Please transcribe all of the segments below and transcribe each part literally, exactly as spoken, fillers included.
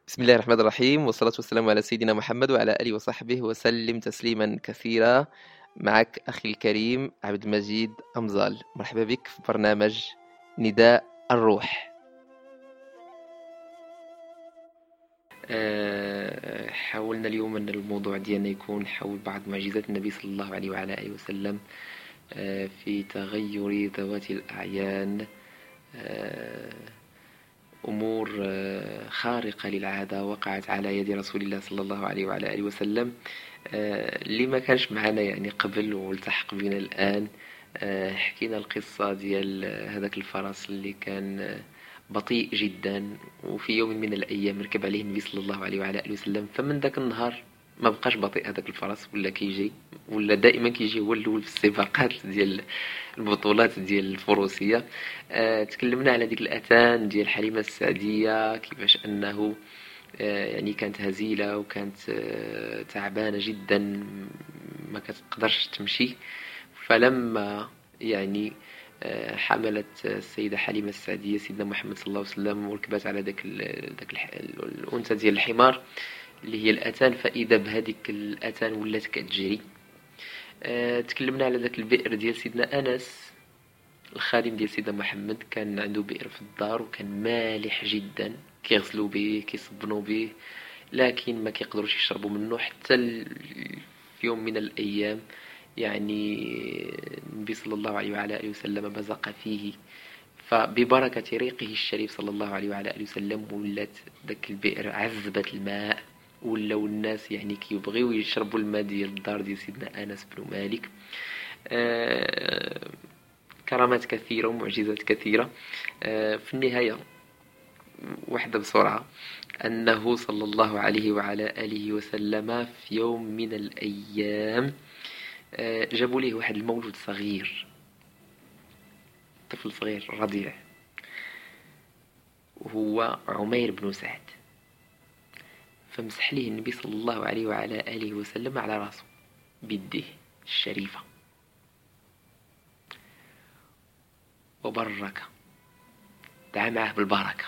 بسم الله الرحمن الرحيم، والصلاة والسلام على سيدنا محمد وعلى آله وصحبه وسلم تسليما كثيرا. معك أخي الكريم عبد المجيد أمزال، مرحبا بك في برنامج نداء الروح. آه، حاولنا اليوم أن الموضوع ديالنا يكون حول بعض معجزات النبي صلى الله عليه وعلى آله وسلم آه، في تغير ذوات الأعيان، آه، أمور آه، خارقة للعادة وقعت على يد رسول الله صلى الله عليه وعلى آله وسلم. آه، اللي ما كانش معنا يعني قبل والتحق بنا الآن. آه، حكينا القصة ديال آه، هذاك الفرس اللي كان آه، بطيء جدا، وفي يوم من الأيام ركب عليه النبي صلى الله عليه وعلى آله وسلم، فمن ذاك النهار ما بقاش بطيء هذاك الفرس، ولا كيجي ولا دائما كيجي هو الاول في السباقات ديال البطولات ديال الفروسيه. آه تكلمنا على ديك الاتان ديال حليمه السعديه، كيفاش انه آه يعني كانت هزيله وكانت آه تعبانه جدا، ما كتقدرش تمشي. فلما يعني آه، حملت السيدة حليمة السعدية سيدنا محمد صلى الله عليه وسلم وركبت على ذاك ذاك الأنثى ديال الحمار اللي هي الأتان، فإذا بهذيك الأتان ولات كتجري. أه تكلمنا على ذاك البئر ديال سيدنا أنس الخادم ديال سيدنا محمد، كان عنده بئر في الدار وكان مالح جدا، كيغسلوا به كيصبنوا به، لكن ما كيقدروش يشربوا منه حتى في يوم من الأيام. يعني النبي صلى الله عليه وعلى آله وسلم بزق فيه، فببركة ريقه الشريف صلى الله عليه وعلى آله وسلم ولات ذاك البئر عذبت الماء، ولاو الناس يعني كيبغيو يشربوا الماء ديال الدار ديال سيدنا أنس بن مالك. آه كرامات كثيرة ومعجزات كثيرة. آه في النهاية واحدة بسرعة، أنه صلى الله عليه وعلى آله وسلم في يوم من الأيام آه جابوا ليه واحد المولود صغير، طفل صغير رضيع، وهو عمير بن سعد. فمسح ليه النبي صلى الله عليه وعلى آله وسلم على راسه بيده الشريفة وبركة، دعا معه بالبركة.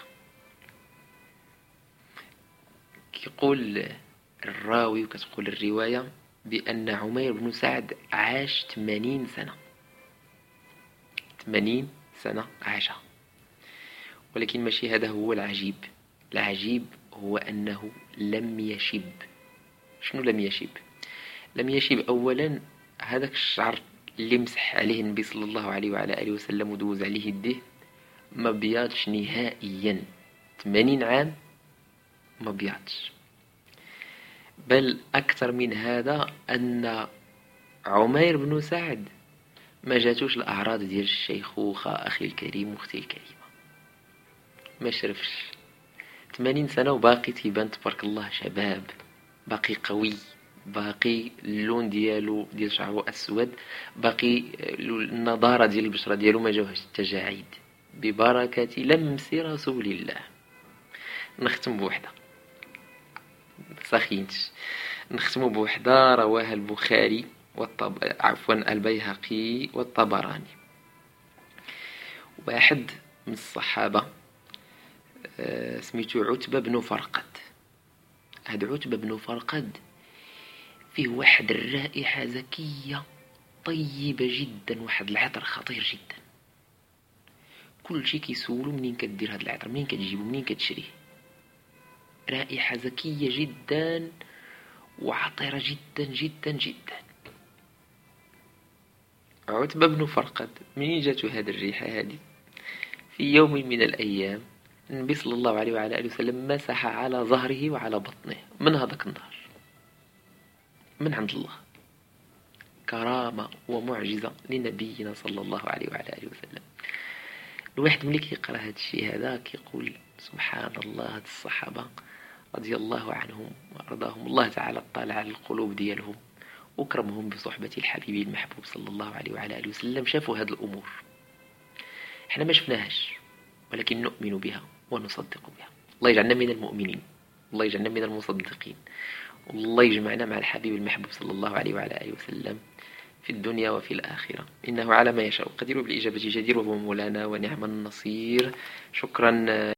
يقول الراوي وكتقول الرواية بأن عمير بن سعد عاش ثمانين سنة، ثمانين سنة عاشها. ولكن ماشي هذا هو العجيب، العجيب هو أنه لم يشب. شنو لم يشب؟ لم يشب أولا هذاك الشعر اللي مسح عليه النبي صلى الله عليه وعلى آله وسلم ودوز عليه يديه ما بياضش نهائيا، ثمانين عام ما بياضش. بل أكثر من هذا، أن عمير بن سعد ما جاتوش الأعراض ديال الشيخوخة أخي الكريم واختي الكريمة، ما شرفش. ثمانين سنة وباقي تيبان تبارك الله شباب، باقي قوي، باقي اللون ديالو ديال شعره أسود، باقي النضارة ديال البشرة ديالو ما جاوهش التجاعيد، ببركة لمس رسول الله. نختم بوحدة سخينش، نختم بوحدة رواها البخاري والطب... عفوا البيهقي والطبراني. واحد من الصحابة آه، سميتو عتبة بن فرقد. هاد عتبة بن فرقد فيه واحد الرائحة زكية طيبة جدا، واحد العطر خطير جدا. كل شي كيسولو منين كدير هاد العطر، منين كتجيبو، منين كتشريه. رائحة زكية جدا وعطرة جدا جدا جدا. عتبة بن فرقد منين جاتو هاد الريحة هادي؟ في يوم من الأيام النبي صلى الله عليه وعلى آله وسلم مسح على ظهره وعلى بطنه من هذاك النهار، من عند الله، كرامة ومعجزة لنبينا صلى الله عليه وعلى آله وسلم. الواحد ملي كيقرا هذا الشيء هذا كيقول سبحان الله، هاد الصحابة رضي الله عنهم وأرضاهم، الله تعالى اطلع على القلوب ديالهم وكرمهم بصحبة الحبيب المحبوب صلى الله عليه وعلى آله وسلم. شافوا هذه الأمور احنا ما شفناهاش، ولكن نؤمن بها ونصدق بها. الله يجعلنا من المؤمنين، الله يجعلنا من المصدقين، والله يجمعنا مع الحبيب المحبوب صلى الله عليه وعلى آله وسلم في الدنيا وفي الآخرة، إنه على ما يشاء قدير، بالإجابة جدير، وهو مولانا ونعم النصير. شكرا.